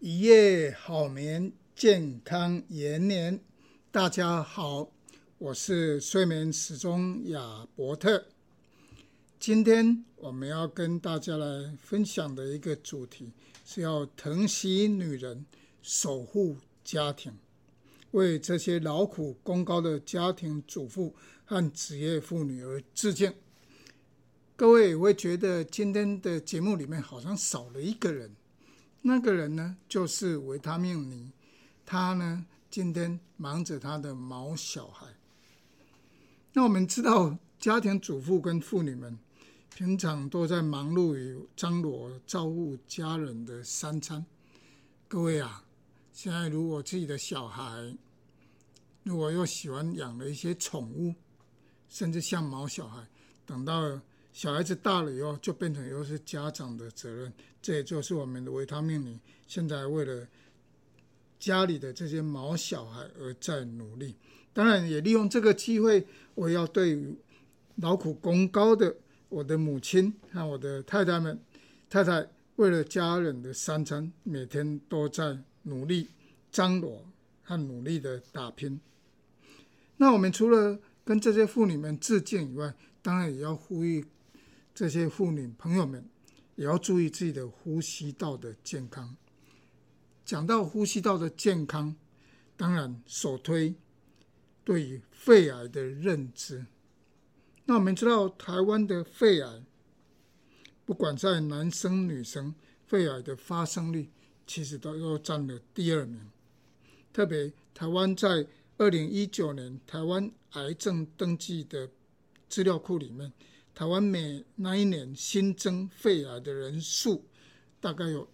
一夜好眠，健康延年。大家好，我是睡眠时钟亚伯特。今天我们要跟大家来分享的一个主题是要疼惜女人，守护家庭，为这些劳苦功高的家庭主妇和职业妇女而致敬。各位也会觉得今天的节目里面好像少了一个人，那个人呢就是维他命尼。他呢今天忙着他的毛小孩。那我们知道家庭主妇跟妇女们平常都在忙碌于张罗照顾家人的三餐。各位啊，现在如果自己的小孩如果又喜欢养了一些宠物，甚至像毛小孩，等到小孩子大了以后就变成又是家长的责任。这也就是我们的维他命尼现在为了家里的这些毛小孩而在努力。当然也利用这个机会，我要对于劳苦功高的我的母亲和我的太太为了家人的三餐，每天都在努力张罗和努力的打拼。那我们除了跟这些妇女们致敬以外，当然也要呼吁这些妇女朋友们也要注意自己的呼吸道的健康。讲到呼吸道的健康，当然首推对于肺癌的认知。那我们知道台湾的肺癌，不管在男生女生，肺癌的发生率其实都占了第二名。特别台湾在2019年台湾癌症登记的资料库里面，台湾那一年新增肺癌的人数大概有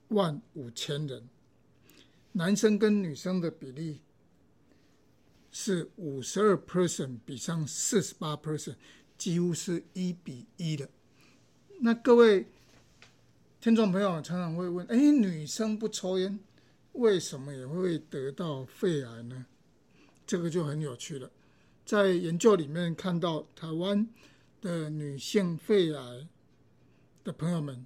15000人，男生跟女生的比例是 52% 比上 48%， 几乎是1:1的。那各位听众朋友常常会问，女生不抽烟为什么也会得到肺癌呢？这个就很有趣了。在研究里面看到台湾的女性肺癌的朋友们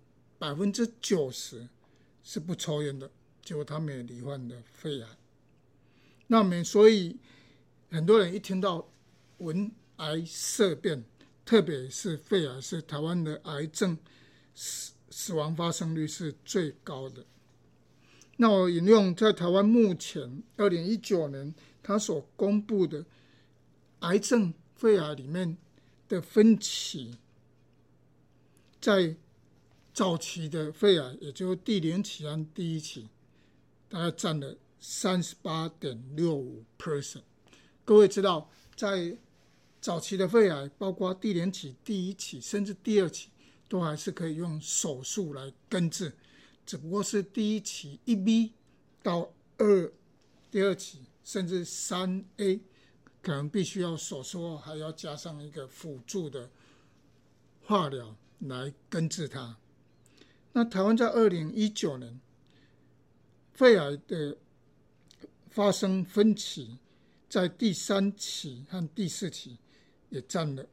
90% 是不抽烟的，结果他们也罹患了肺癌。那我们所以很多人一听到闻癌色变，特别是肺癌，是台湾的癌症死亡发生率是最高的。那我引用在台湾目前2019年他所公布的癌症肺癌里面的分期，在早期的肺癌，也就是第0期和第1期，大概占了 38.65%。 各位知道在早期的肺癌，包括第0期、第1期甚至第2期，都还是可以用手术来根治，只不过是第1期 1B 到2，第2期甚至 3A 可能必须要手术后还要加上一个辅助的化疗来根治它。那台湾在2019年肺癌的发生分期，在第3期和第4期也占了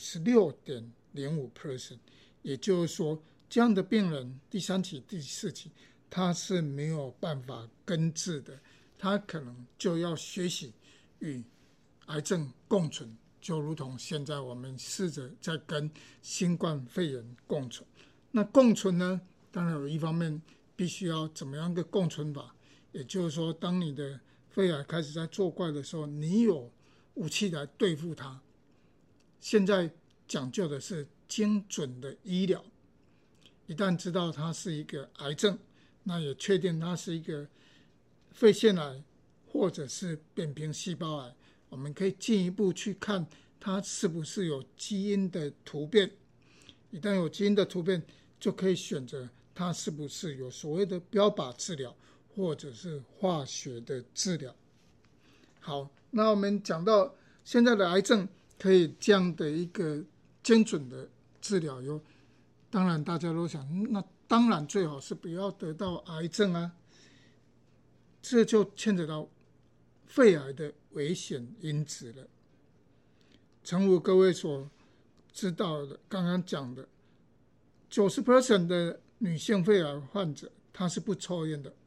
56.05%， 也就是说这样的病人第3期第4期他是没有办法根治的，他可能就要学习与癌症共存，就如同现在我们试着在跟新冠肺炎共存。那共存呢，当然有一方面必须要怎么样的共存法，也就是说当你的肺癌开始在作怪的时候，你有武器来对付它。现在讲究的是精准的医疗，一旦知道它是一个癌症，那也确定它是一个肺腺癌或者是扁平细胞癌，我们可以进一步去看它是不是有基因的突变。一旦有基因的突变，就可以选择它是不是有所谓的标靶治疗或者是化学的治疗。好，那我们讲到现在的癌症可以这样的一个精准的治疗，当然大家都想，那当然最好是不要得到癌症啊。这就牵扯到肺癌的危险因子了。诚如各位所知道的，刚刚讲的 90% 的女性肺癌患者她是不抽烟的，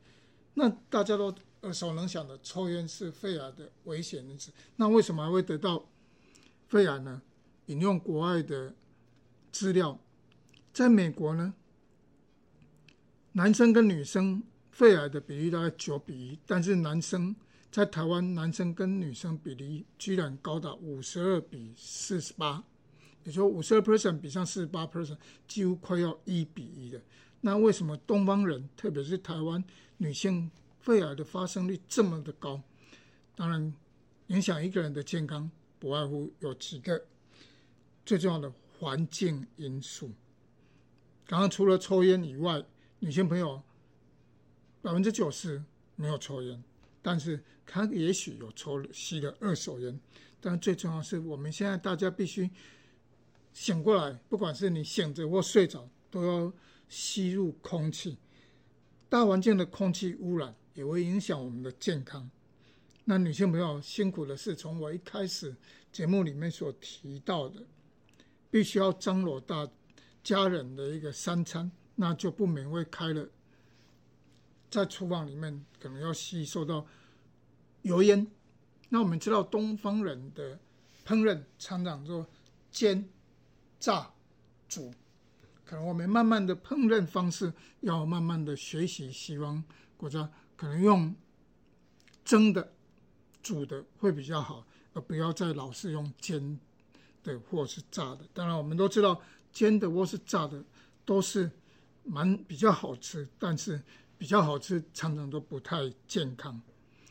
那大家都耳熟能详的，抽烟是肺癌的危险因子。那为什么还会得到肺癌呢？引用国外的资料，在美国呢，男生跟女生肺癌的比例大概9:1，但是在台湾男生跟女生比例居然高达52:48，也就52% 比上48%，几乎快要1:1的。那为什么东方人，特别是台湾女性肺癌的发生率这么的高？当然，影响一个人的健康不外乎有几个最重要的环境因素。刚刚除了抽烟以外，女性朋友90%没有抽烟，但是她也许有吸了二手烟。但最重要的是，我们现在大家必须醒过来，不管是你醒着或睡着，都要吸入空气。大环境的空气污染也会影响我们的健康。那女性朋友辛苦的是，从我一开始节目里面所提到的，必须要张罗大家人的一个3餐，那就不免会开了，在厨房里面可能要吸收到油烟。那我们知道东方人的烹饪常常做煎、炸、煮，可能我们慢慢的烹饪方式要慢慢的学习西方国家，可能用蒸的、煮的会比较好，而不要再老是用煎的或是炸的。当然我们都知道煎的或是炸的都是比较好吃，但是比较好吃常常都不太健康。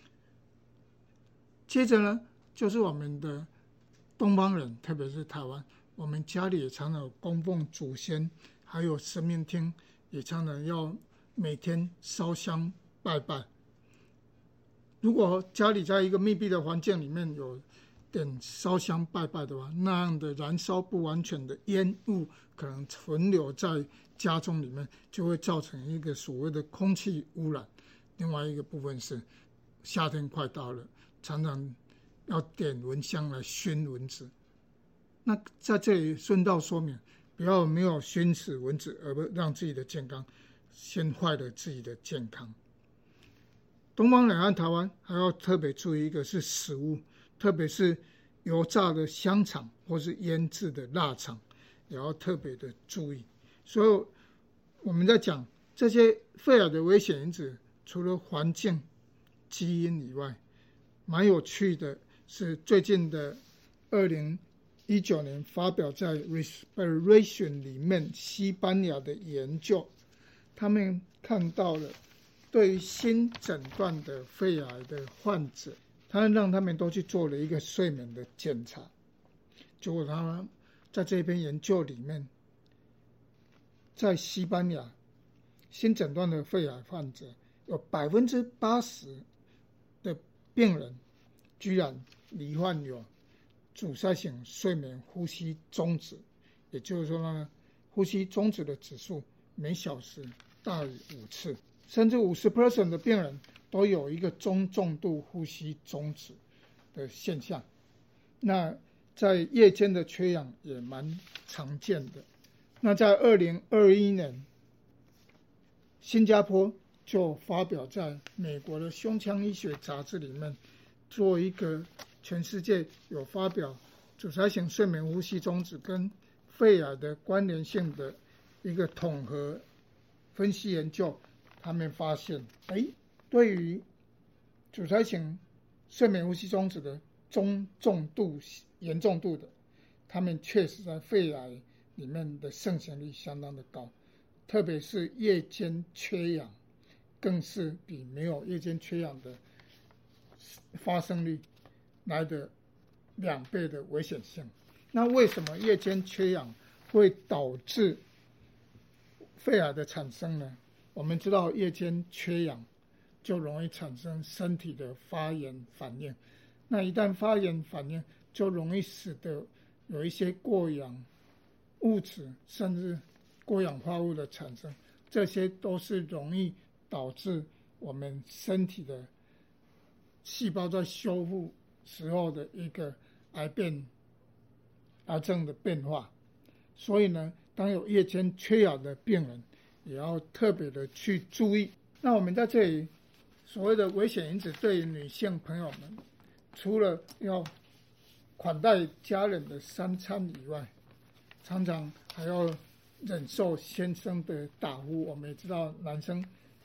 接着呢，就是我们的东方人，特别是台湾，我们家里也常常有供奉祖先，还有神明厅，也常常要每天烧香拜拜。如果家里在一个密闭的环境里面有点烧香拜拜的话，那样的燃烧不完全的烟雾可能存留在家中里面，就会造成一个所谓的空气污染。另外一个部分是夏天快到了，常常要点蚊香来熏蚊子。那在这里顺道说明，不要没有熏死蚊子而让自己的健康先坏了自己的健康。东方人和台湾还要特别注意一个是食物，特别是油炸的香肠或是腌制的腊肠，也要特别的注意。所以我们在讲这些肺癌的危险因子，除了环境、基因以外，蛮有趣的是最近的2019年发表在 Respiration 里面西班牙的研究，他们看到了对于新诊断的肺癌的患者，他让他们都去做了一个睡眠的检查。结果他们在这篇研究里面，在西班牙新诊断的肺癌患者有80%的病人居然罹患有阻塞性睡眠呼吸中止，也就是说呢，呼吸中止的指数每小时大于5次，甚至50% 的病人都有一个中重度呼吸中止的现象。那在夜间的缺氧也蛮常见的。那在2021年，新加坡就发表在美国的胸腔医学杂志里面，做一个全世界有发表阻塞性睡眠呼吸中止跟肺癌的关联性的一个统合分析研究。他们发现，对于阻塞性睡眠呼吸中止的中重度、严重度的，他们确实在肺癌里面的盛行率相当的高，特别是夜间缺氧，更是比没有夜间缺氧的发生率来的2倍的危险性。那为什么夜间缺氧会导致肺癌的产生呢？我们知道夜间缺氧就容易产生身体的发炎反应，那一旦发炎反应就容易使得有一些过氧物质甚至过氧化物的产生，这些都是容易导致我们身体的细胞在修复时候的一个癌症的变化。所以呢，当有夜间缺氧的病人也要特别的去注意。那我们在这里所谓的危险因子对于女性朋友们，除了要款待家人的3餐以外，常常还要忍受先生的打呼。我们也知道男生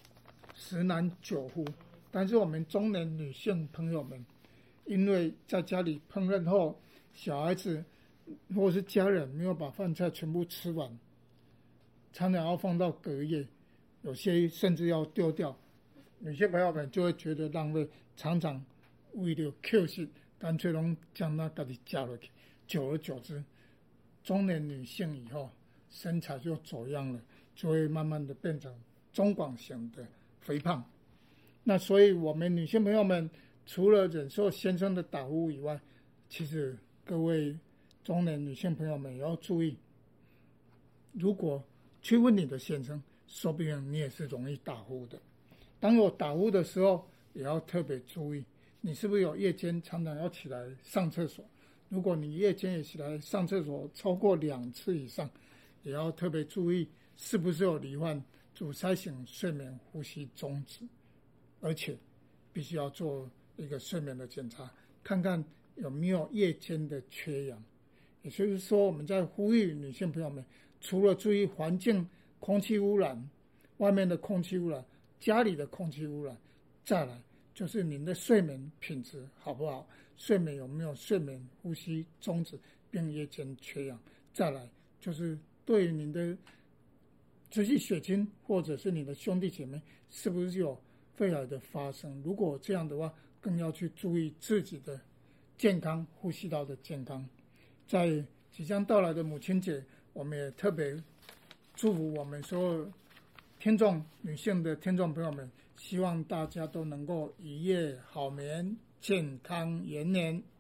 10男9呼，但是我们中年女性朋友们，因为在家里烹饪后，小孩子或是家人没有把饭菜全部吃完，常常要放到隔夜，有些甚至要丢掉，女性朋友们就会觉得浪费，常常为了扣食，干脆拢将它自己加下去。久而久之，中年女性以后身材就走样了，就会慢慢的变成中广型的肥胖。那所以我们女性朋友们除了忍受先生的打呼以外，其实各位中年女性朋友们也要注意，如果去问你的先生，说不定你也是容易打呼的。当有打呼的时候，也要特别注意，你是不是有夜间常常要起来上厕所？如果你夜间也起来上厕所超过2次以上，也要特别注意，是不是有罹患阻塞型睡眠呼吸中止，而且必须要做一个睡眠的检查，看看有没有夜间的缺氧。也就是说，我们在呼吁女性朋友们，除了注意环境空气污染，外面的空气污染，家里的空气污染，再来就是您的睡眠品质好不好，睡眠有没有睡眠呼吸中止并夜间缺氧，再来就是对于您的直系血亲或者是你的兄弟姐妹是不是有肺癌的发生，如果这样的话，更要去注意自己的健康，呼吸道的健康。在即将到来的母亲节，我们也特别祝福我们所有听众女性的听众朋友们，希望大家都能够一夜好眠，健康延年。